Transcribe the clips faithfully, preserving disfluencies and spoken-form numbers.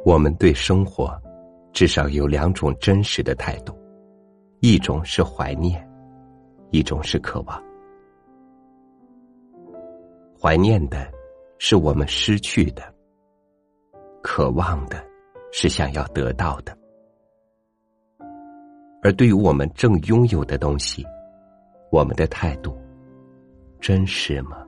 我们对生活至少有两种真实的态度，一种是怀念，一种是渴望。怀念的是我们失去的，渴望的是想要得到的。而对于我们正拥有的东西，我们的态度真实吗？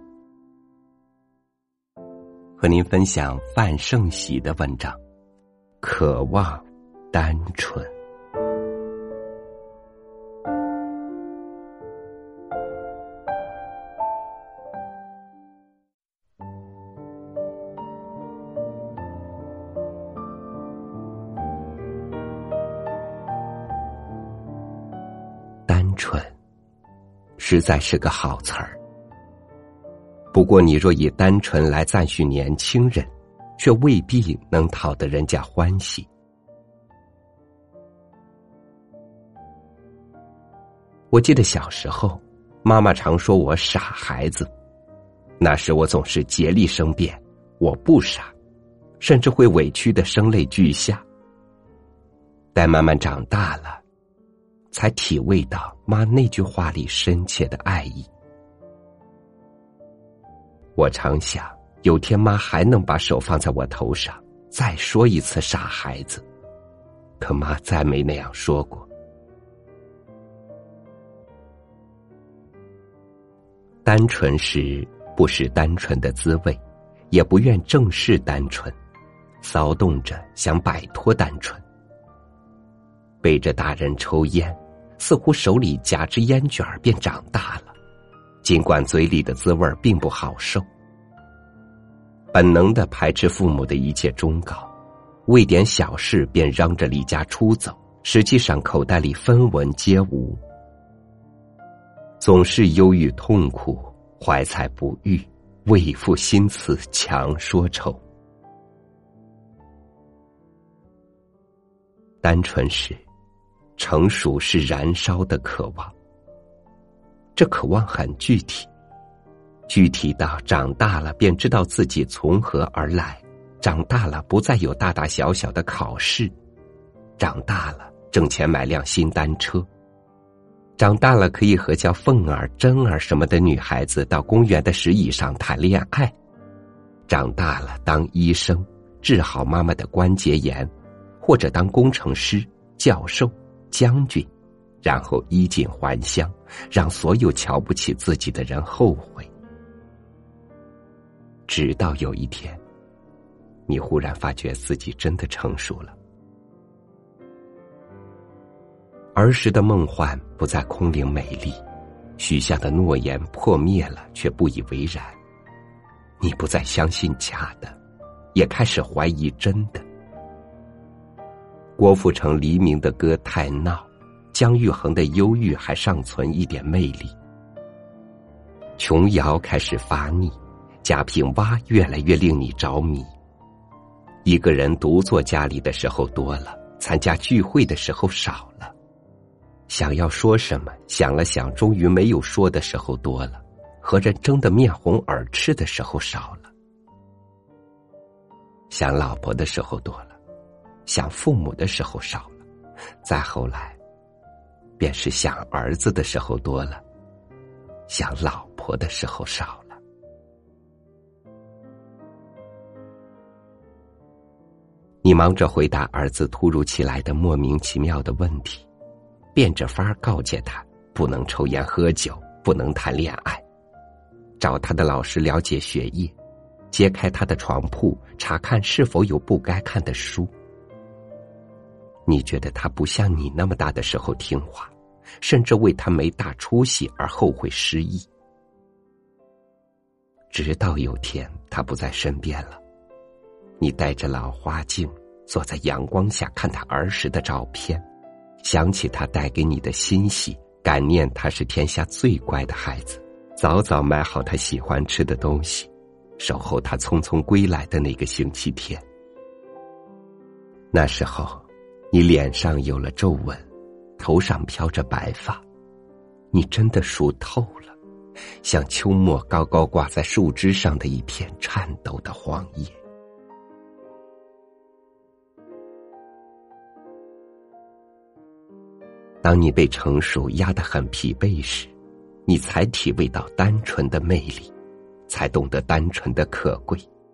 和您分享范胜喜的文章，渴望单纯。单纯实在是个好词儿，不过你若以单纯来赞许年轻人，却未必能讨得人家欢喜。我记得小时候，妈妈常说我傻孩子，那时我总是竭力争辩我不傻，甚至会委屈的声泪俱下。待慢慢长大了，才体味到妈那句话里深切的爱意。我常想，有天妈还能把手放在我头上，再说一次傻孩子。可妈再没那样说过。单纯时不是单纯的滋味，也不愿正视单纯，骚动着想摆脱单纯。背着大人抽烟，似乎手里夹着烟卷便长大了，尽管嘴里的滋味并不好受。本能地排斥父母的一切忠告，为点小事便嚷着离家出走，实际上口袋里分文皆无。总是忧郁痛苦，怀才不遇，为赋新词强说愁。单纯时，成熟是燃烧的渴望。这渴望很具体，具体到长大了便知道自己从何而来，长大了不再有大大小小的考试，长大了挣钱买辆新单车，长大了可以和叫凤儿、珍儿什么的女孩子到公园的石椅上谈恋爱，长大了当医生，治好妈妈的关节炎，或者当工程师、教授、将军，然后衣锦还乡，让所有瞧不起自己的人后悔。直到有一天，你忽然发觉自己真的成熟了。儿时的梦幻不再空灵美丽，许下的诺言破灭了，却不以为然。你不再相信假的，也开始怀疑真的。郭富城黎明的歌太闹，姜育恒的忧郁还尚存一点魅力。琼瑶开始发腻，贾平凹越来越令你着迷。一个人独坐家里的时候多了，参加聚会的时候少了。想要说什么，想了想终于没有说的时候多了，和人争得面红耳赤的时候少了。想老婆的时候多了，想父母的时候少了，再后来便是想儿子的时候多了，想老婆的时候少了。你忙着回答儿子突如其来的莫名其妙的问题，变着法儿告诫他不能抽烟喝酒，不能谈恋爱，找他的老师了解学业，揭开他的床铺，查看是否有不该看的书。你觉得他不像你那么大的时候听话，甚至为他没大出息而后悔失忆。直到有天他不在身边了，你带着老花镜坐在阳光下看他儿时的照片，想起他带给你的欣喜，感念他是天下最乖的孩子，早早买好他喜欢吃的东西，守候他匆匆归来的那个星期天。那时候你脸上有了皱纹，头上飘着白发，你真的熟透了，像秋末高高挂在树枝上的一片颤抖的黄叶。 当你被成熟压得很疲惫时，你才体味到单纯的魅力，才懂得单纯的可贵。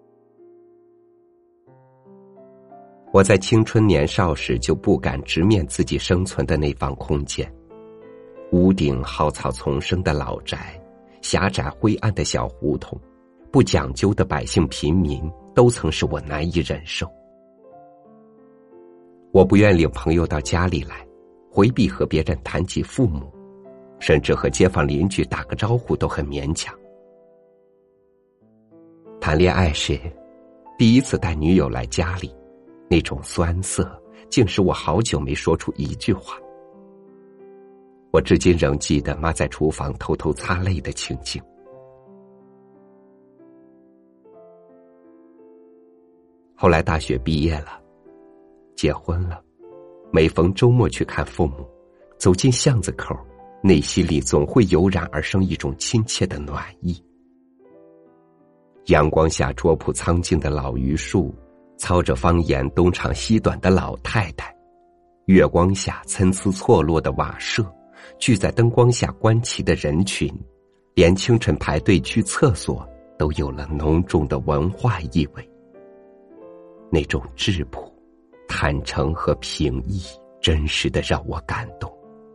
我在青春年少时就不敢直面自己生存的那方空间，屋顶蒿草丛生的老宅，狭窄灰暗的小胡同，不讲究的百姓贫民，都曾使我难以忍受。我不愿领朋友到家里来，回避和别人谈及父母，甚至和街坊邻居打个招呼都很勉强。谈恋爱时，第一次带女友来家里，那种酸涩竟使我好久没说出一句话。我至今仍记得妈在厨房偷偷擦泪的情景。后来大学毕业了，结婚了，每逢周末去看父母，走进巷子口，内心里总会油然而生一种亲切的暖意。阳光下拙朴苍劲的老榆树，操着方言东长西短的老太太，月光下参差错落的瓦舍，聚在灯光下观棋的人群，连清晨排队去厕所都有了浓重的文化意味。那种质朴、坦诚和平易，真实的让我感动。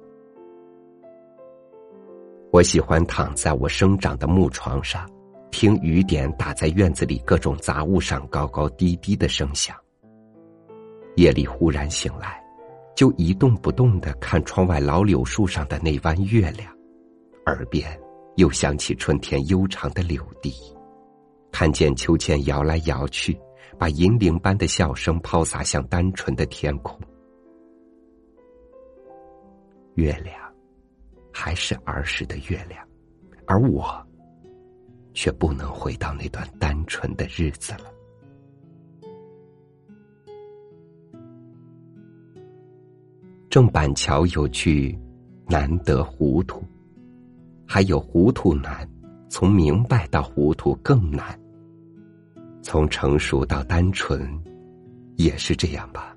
我喜欢躺在我生长的木床上，听雨点打在院子里各种杂物上高高低低的声响。夜里忽然醒来，就一动不动地看窗外老柳树上的那弯月亮，耳边又响起春天悠长的柳笛，看见秋千摇来摇去，把银铃般的笑声抛洒向单纯的天空。月亮还是儿时的月亮，而我却不能回到那段单纯的日子了。郑板桥有句难得糊涂，还有糊涂难，从明白到糊涂更难，从成熟到单纯也是这样吧。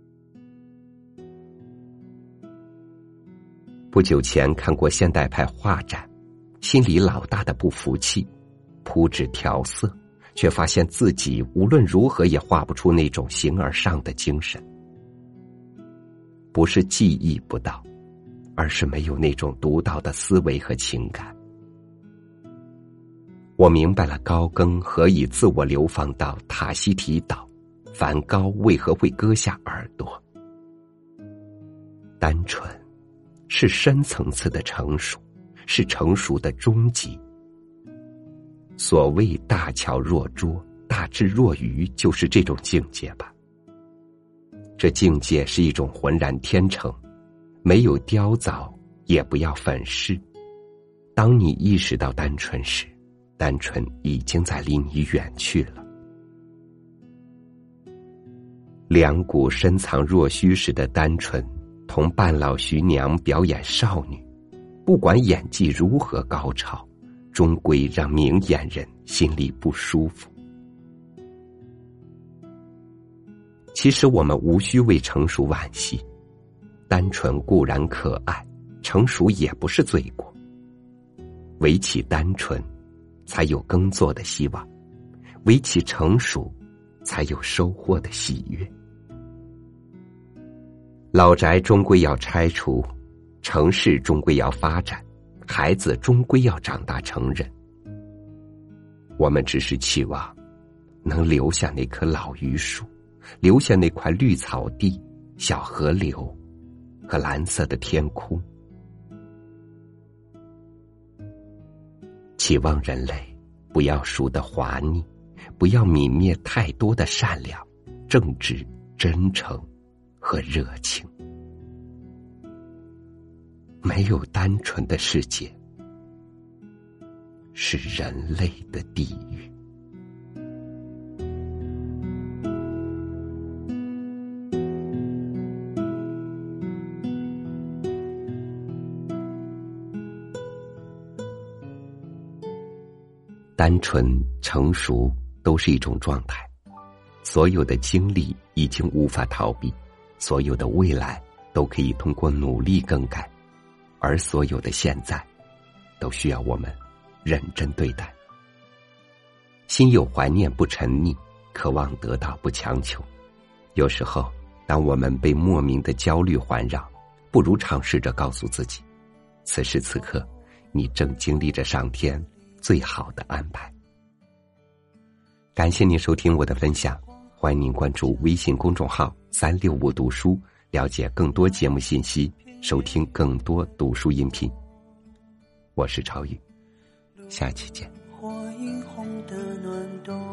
不久前看过现代派画展，心里老大的不服气，铺纸调色，却发现自己无论如何也画不出那种形而上的精神。不是技艺不到，而是没有那种独到的思维和情感。我明白了高更何以自我流放到塔希提岛，梵高为何会割下耳朵。单纯是深层次的成熟，是成熟的终极。所谓大巧若拙，大智若愚，就是这种境界吧。这境界是一种浑然天成，没有雕凿，也不要粉饰。当你意识到单纯时，单纯已经在离你远去了。两股深藏若虚时的单纯，同半老徐娘表演少女，不管演技如何高超，终归让明眼人心里不舒服。其实我们无需为成熟惋惜，单纯固然可爱，成熟也不是罪过。唯其单纯，才有耕作的希望；唯其成熟，才有收获的喜悦。老宅终归要拆除，城市终归要发展，孩子终归要长大成人。我们只是期望能留下那棵老榆树，留下那块绿草地、小河流和蓝色的天空。期望人类不要输得滑腻，不要泯灭太多的善良、正直、真诚和热情。没有单纯的世界，是人类的地狱。单纯、成熟都是一种状态，所有的经历已经无法逃避，所有的未来都可以通过努力更改，而所有的现在都需要我们认真对待。心有怀念不沉溺，渴望得到不强求。有时候当我们被莫名的焦虑环绕，不如尝试着告诉自己，此时此刻你正经历着上天最好的安排。感谢您收听我的分享，欢迎您关注微信公众号三六五读书，了解更多节目信息，收听更多读书音频。我是超宇，下期见。 火映红的暖冬，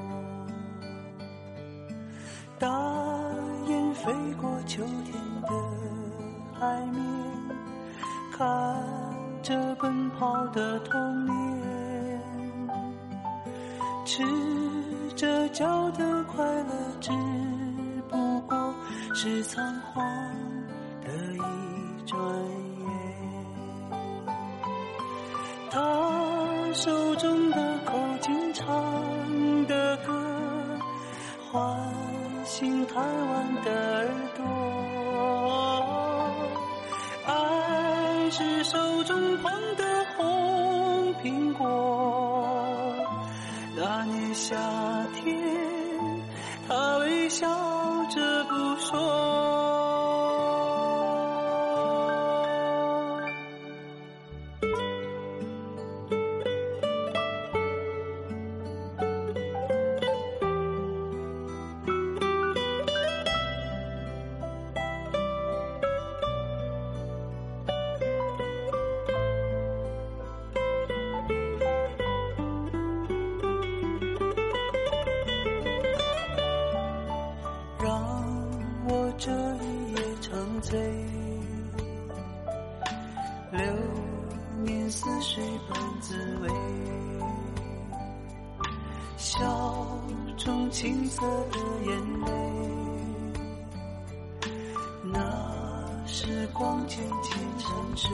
大雁飞过秋天的海面，看着奔跑的童年，赤着脚的快乐只不过是仓皇的一转眼，他手中的口琴唱的歌唤醒台湾的耳朵，爱是手中捧的红苹果，那年夏天他微笑着不说。这一夜长醉，流年似水般滋味，笑中青涩的眼泪，那时光渐渐沉睡，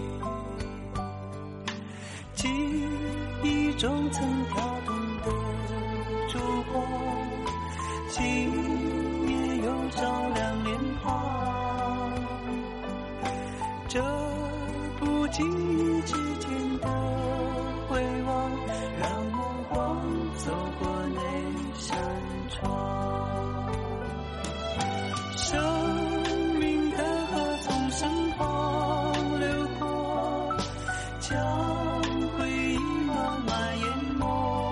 记忆中曾跳动的烛光，今夜又照亮脸庞，这不经意之间的回望，让目光走过那扇窗，生命的河从身旁流过，将回忆慢慢淹没，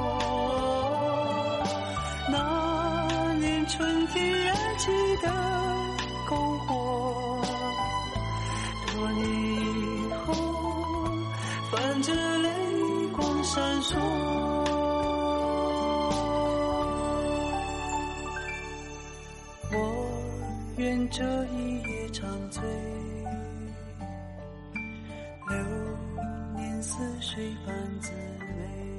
那年春天燃起的篝火，多年以后泛着泪光闪烁，我愿这一夜长醉，流年似水般滋味。